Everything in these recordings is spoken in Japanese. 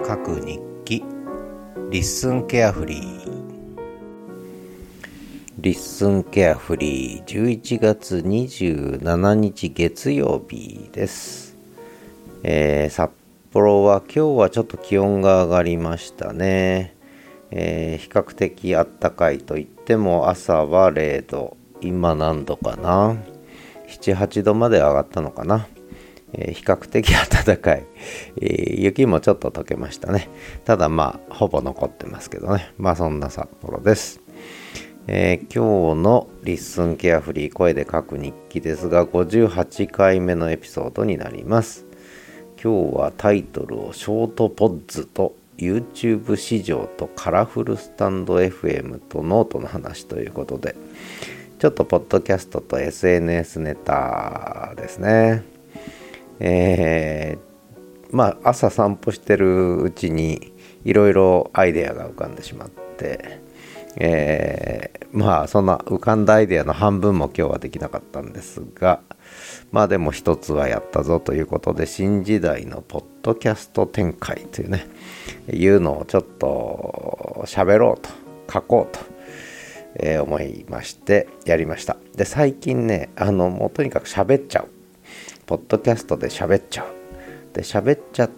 書く日記。リッスンケアフリー。リッスンケアフリー11月27日月曜日です。札幌は今日はちょっと気温が上がりましたね。比較的暖かいと言っても朝は0度、今何度かな、7、8度まで上がったのかな。比較的暖かい、雪もちょっと溶けましたね。ただほぼ残ってますけどね。そんな札幌です。今日のリッスンケアフリー声で書く日記ですが、58回目のエピソードになります。今日はタイトルをショートポッズと YouTube 市場とカラフルスタンド FM とノートの話ということで、ちょっとポッドキャストと SNS ネタですね。朝散歩してるうちにいろいろアイデアが浮かんでしまって、そんな浮かんだアイデアの半分も今日はできなかったんですが、でも一つはやったぞということで、新時代のポッドキャスト展開というね、いうのをちょっと喋ろうと書こうと、思いましてやりました。で、最近ね、もうとにかく喋っちゃう。ポッドキャストで喋っちゃう。で、喋っちゃって、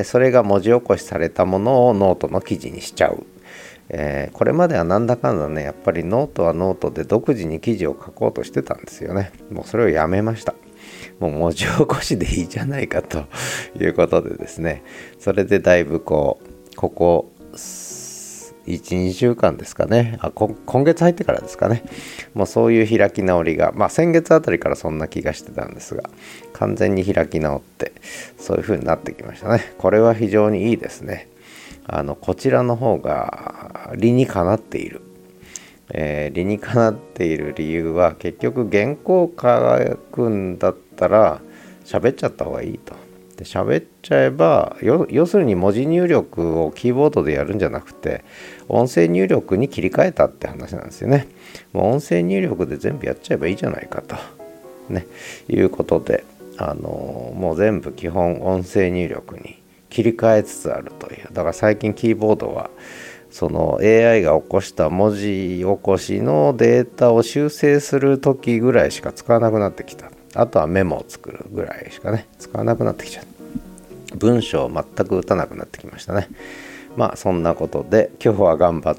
それが文字起こしされたものをノートの記事にしちゃう。これまではなんだかんだね、やっぱりノートはノートで独自に記事を書こうとしてたんですよね。もうそれをやめました。もう文字起こしでいいじゃないかということでですね、それでだいぶここ1、2週間ですかね、今月入ってからですかね、もうそういう開き直りが、先月あたりからそんな気がしてたんですが、完全に開き直ってそういう風になってきましたね。これは非常にいいですね。こちらの方が理にかなっている、理にかなっている理由は、結局原稿書くんだったら喋っちゃった方がいいと。で、喋っちゃえば、要するに文字入力をキーボードでやるんじゃなくて音声入力に切り替えたって話なんですよね。もう音声入力で全部やっちゃえばいいじゃないかとね、いうことで、もう全部基本音声入力に切り替えつつあるという。だから最近キーボードはその AI が起こした文字起こしのデータを修正する時ぐらいしか使わなくなってきた。あとはメモを作るぐらいしかね、使わなくなってきちゃう。文章を全く打たなくなってきましたね。そんなことで今日は頑張って、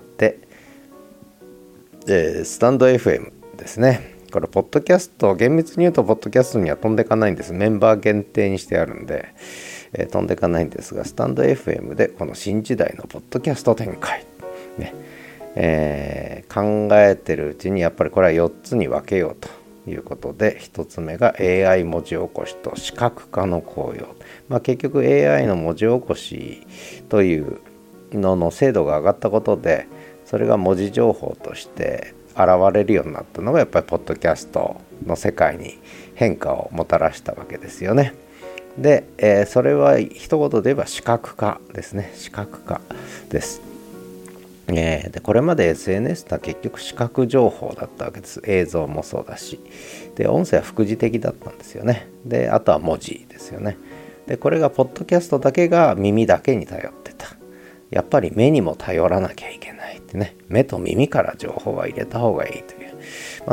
スタンド FM ですね。これポッドキャスト、厳密に言うとポッドキャストには飛んでいかないんです。メンバー限定にしてあるんで、飛んでいかないんですが、スタンド FM でこの新時代のポッドキャスト展開、ね、考えてるうちにやっぱりこれは4つに分けようということで、1つ目が AI 文字起こしと視覚化の効用。結局 AI の文字起こしというのの精度が上がったことで、それが文字情報として現れるようになったのがやっぱりポッドキャストの世界に変化をもたらしたわけですよね。で、それは一言で言えば視覚化ですね。視覚化です。でこれまで SNS とは結局視覚情報だったわけです。映像もそうだし、で音声は副次的だったんですよね。であとは文字ですよね。でこれがポッドキャストだけが耳だけに頼ってた。やっぱり目にも頼らなきゃいけないってね、目と耳から情報は入れた方がいいという、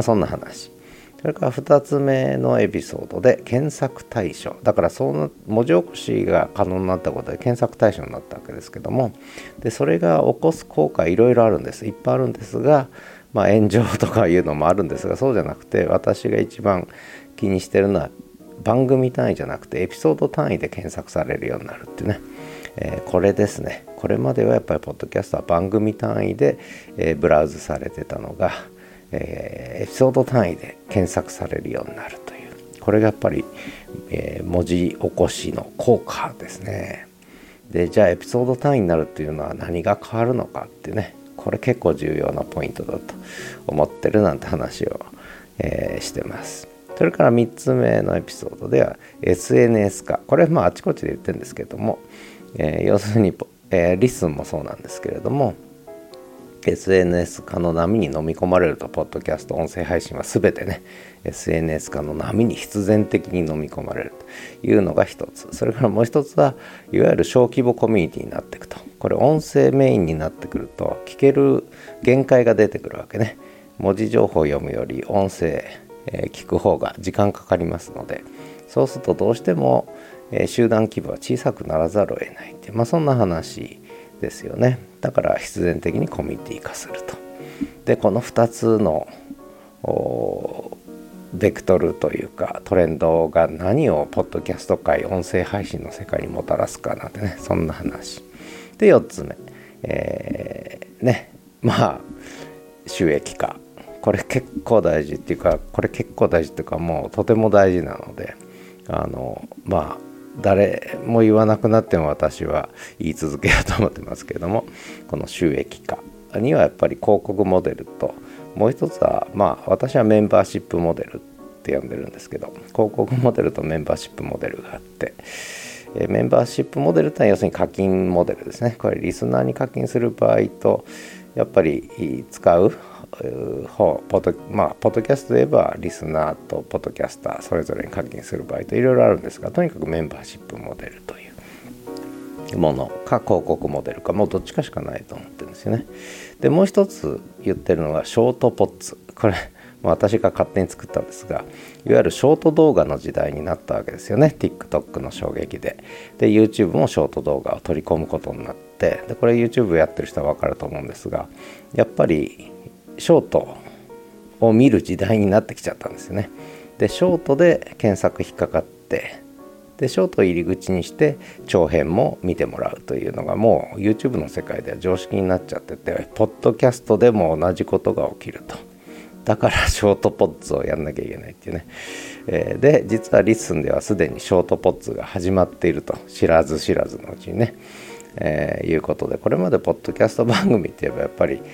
そんな話。それから2つ目のエピソードで検索対象、だからその文字起こしが可能になったことで検索対象になったわけですけども、でそれが起こす効果いろいろあるんです。いっぱいあるんですが、炎上とかいうのもあるんですが、そうじゃなくて私が一番気にしてるのは番組単位じゃなくてエピソード単位で検索されるようになるっていうね、これですね。これまではやっぱりポッドキャストは番組単位で、ブラウズされてたのが、エピソード単位で検索されるようになるという、これがやっぱり、文字起こしの効果ですね。でじゃあエピソード単位になるっていうのは何が変わるのかってね、これ結構重要なポイントだと思ってるなんて話を、してます。それから3つ目のエピソードでは SNS 化、これあちこちで言ってるんですけども、要するに、リッスンもそうなんですけれども、 SNS 化の波に飲み込まれると、ポッドキャスト音声配信は全てね SNS 化の波に必然的に飲み込まれるというのが一つ。それからもう一つはいわゆる小規模コミュニティになっていくと。これ音声メインになってくると聞ける限界が出てくるわけね。文字情報を読むより音声、聞く方が時間かかりますので、そうするとどうしても、集団規模は小さくならざるを得ないって、そんな話ですよね。だから必然的にコミュニティ化すると。でこの2つのベクトルというかトレンドが何をポッドキャスト界音声配信の世界にもたらすかなんてね、そんな話で、4つ目、収益化。これ結構大事っていうかもうとても大事なので、誰も言わなくなっても私は言い続けようと思ってますけれども、この収益化にはやっぱり広告モデルと、もう一つは私はメンバーシップモデルって呼んでるんですけど、広告モデルとメンバーシップモデルがあって、メンバーシップモデルってのは要するに課金モデルですね。これリスナーに課金する場合と、やっぱり使う方ポッドキャストで言えばリスナーとポッドキャスターそれぞれに課金する場合といろいろあるんですが、とにかくメンバーシップモデルというものか広告モデルか、もうどっちかしかないと思ってるんですよね。でもう一つ言ってるのがショートポッツ。これ私が勝手に作ったんですが、いわゆるショート動画の時代になったわけですよね。 TikTok の衝撃で YouTube もショート動画を取り込むことになって、でこれ YouTube やってる人は分かると思うんですが、やっぱりショートを見る時代になってきちゃったんですよね。でショートで検索引っかかって、でショートを入り口にして長編も見てもらうというのがもう YouTube の世界では常識になっちゃってて、ポッドキャストでも同じことが起きると。だからショートポッツをやんなきゃいけないっていうね、で実はリッスンではすでにショートポッツが始まっていると、知らず知らずのうちにね、いうことで、これまでポッドキャスト番組って言えばやっぱり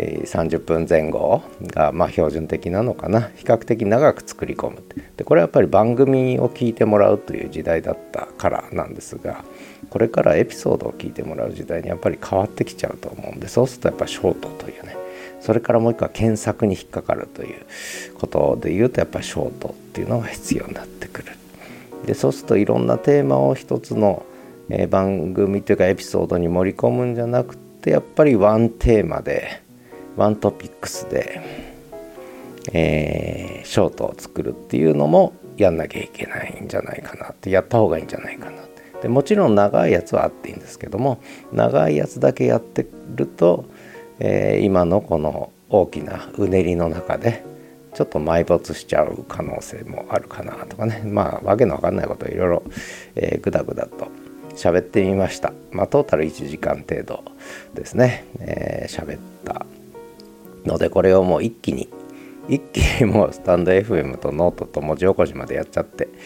30分前後が標準的なのかな。比較的長く作り込む。でこれはやっぱり番組を聞いてもらうという時代だったからなんですが、これからエピソードを聞いてもらう時代にやっぱり変わってきちゃうと思うんで、そうするとやっぱりショートというね、それからもう一個は検索に引っかかるということで言うと、やっぱりショートっていうのが必要になってくる。でそうするといろんなテーマを一つの番組というかエピソードに盛り込むんじゃなくて、やっぱりワンテーマでワントピックスで、ショートを作るっていうのもやんなきゃいけないんじゃないかなって、やった方がいいんじゃないかなって。でもちろん長いやつはあっていいんですけども、長いやつだけやってると、今のこの大きなうねりの中でちょっと埋没しちゃう可能性もあるかなとかね、わけのわかんないことをいろいろぐだぐだと喋ってみました。トータル1時間程度ですね、喋ったので、これをもう一気にもうスタンド FM とノートと文字起こしまでやっちゃって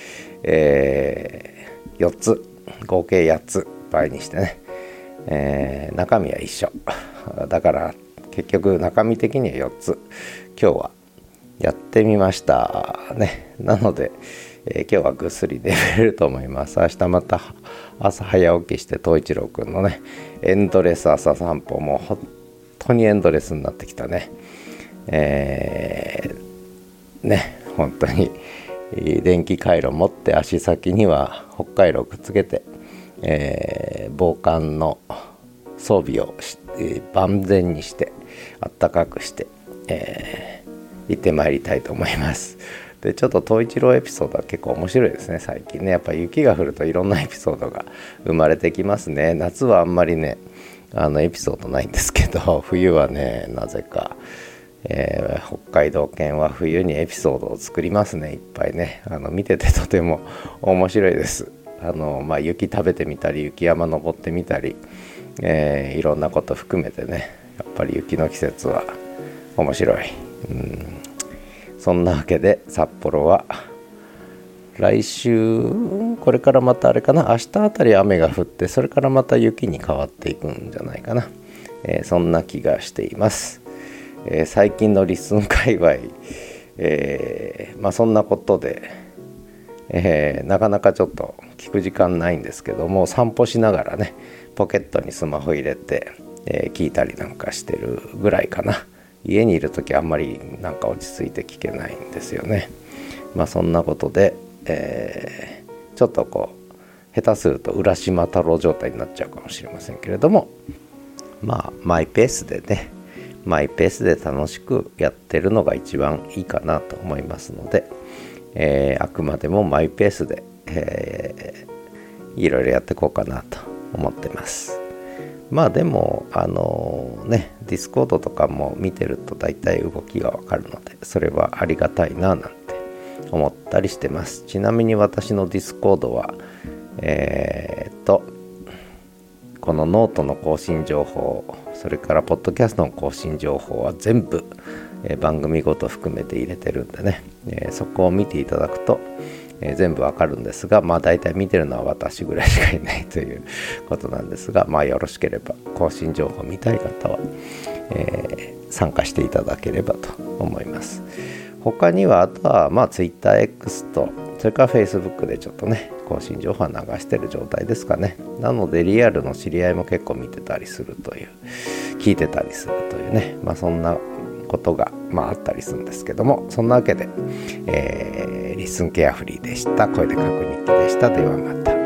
、4つ合計8つ倍にしてね、中身は一緒だから結局中身的には4つ今日はやってみましたね。なので、今日はぐっすり寝れると思います。明日また朝早起きして東一郎くんのねエンドレス朝散歩、もう本当にエンドレスになってきたね。本当に電気回路持って足先には北海道くっつけて、防寒の装備を万全にしてあったかくして、行ってまいりたいと思います。でちょっと東一郎エピソードは結構面白いですね。最近ねやっぱり雪が降るといろんなエピソードが生まれてきますね。夏はあんまりねエピソードないんですけど、冬はねなぜか、北海道犬は冬にエピソードを作りますね、いっぱいね。見ててとても面白いです。雪食べてみたり雪山登ってみたり、いろんなこと含めてね、やっぱり雪の季節は面白い。そんなわけで札幌は来週これからまたあれかな、明日あたり雨が降ってそれからまた雪に変わっていくんじゃないかな、そんな気がしています。最近のリスン界隈、そんなことで、なかなかちょっと聞く時間ないんですけども、散歩しながらねポケットにスマホ入れて、 聞いたりなんかしてるぐらいかな。家にいる時あんまりなんか落ち着いて聞けないんですよね。そんなことで、ちょっとこう下手すると浦島太郎状態になっちゃうかもしれませんけれども、マイペースでね、マイペースで楽しくやってるのが一番いいかなと思いますので、あくまでもマイペースで、いろいろやっていこうかなと思ってます。でもディスコードとかも見てると大体動きがわかるので、それはありがたいななんて思ったりしてます。ちなみに私のディスコードはこのノートの更新情報、それからポッドキャストの更新情報は全部、番組ごと含めて入れてるんでね、そこを見ていただくと、全部わかるんですが、大体見てるのは私ぐらいしかいないということなんですが、よろしければ更新情報見たい方は、参加していただければと思います。他にはあとはTwitterX とそれから Facebook でちょっとね更新情報は流してる状態ですかね。なのでリアルの知り合いも結構見てたりするという、聞いてたりするというね、そんなことがあったりするんですけども、そんなわけで、リスンケアフリーでした。声で書く日記でした。ではまた。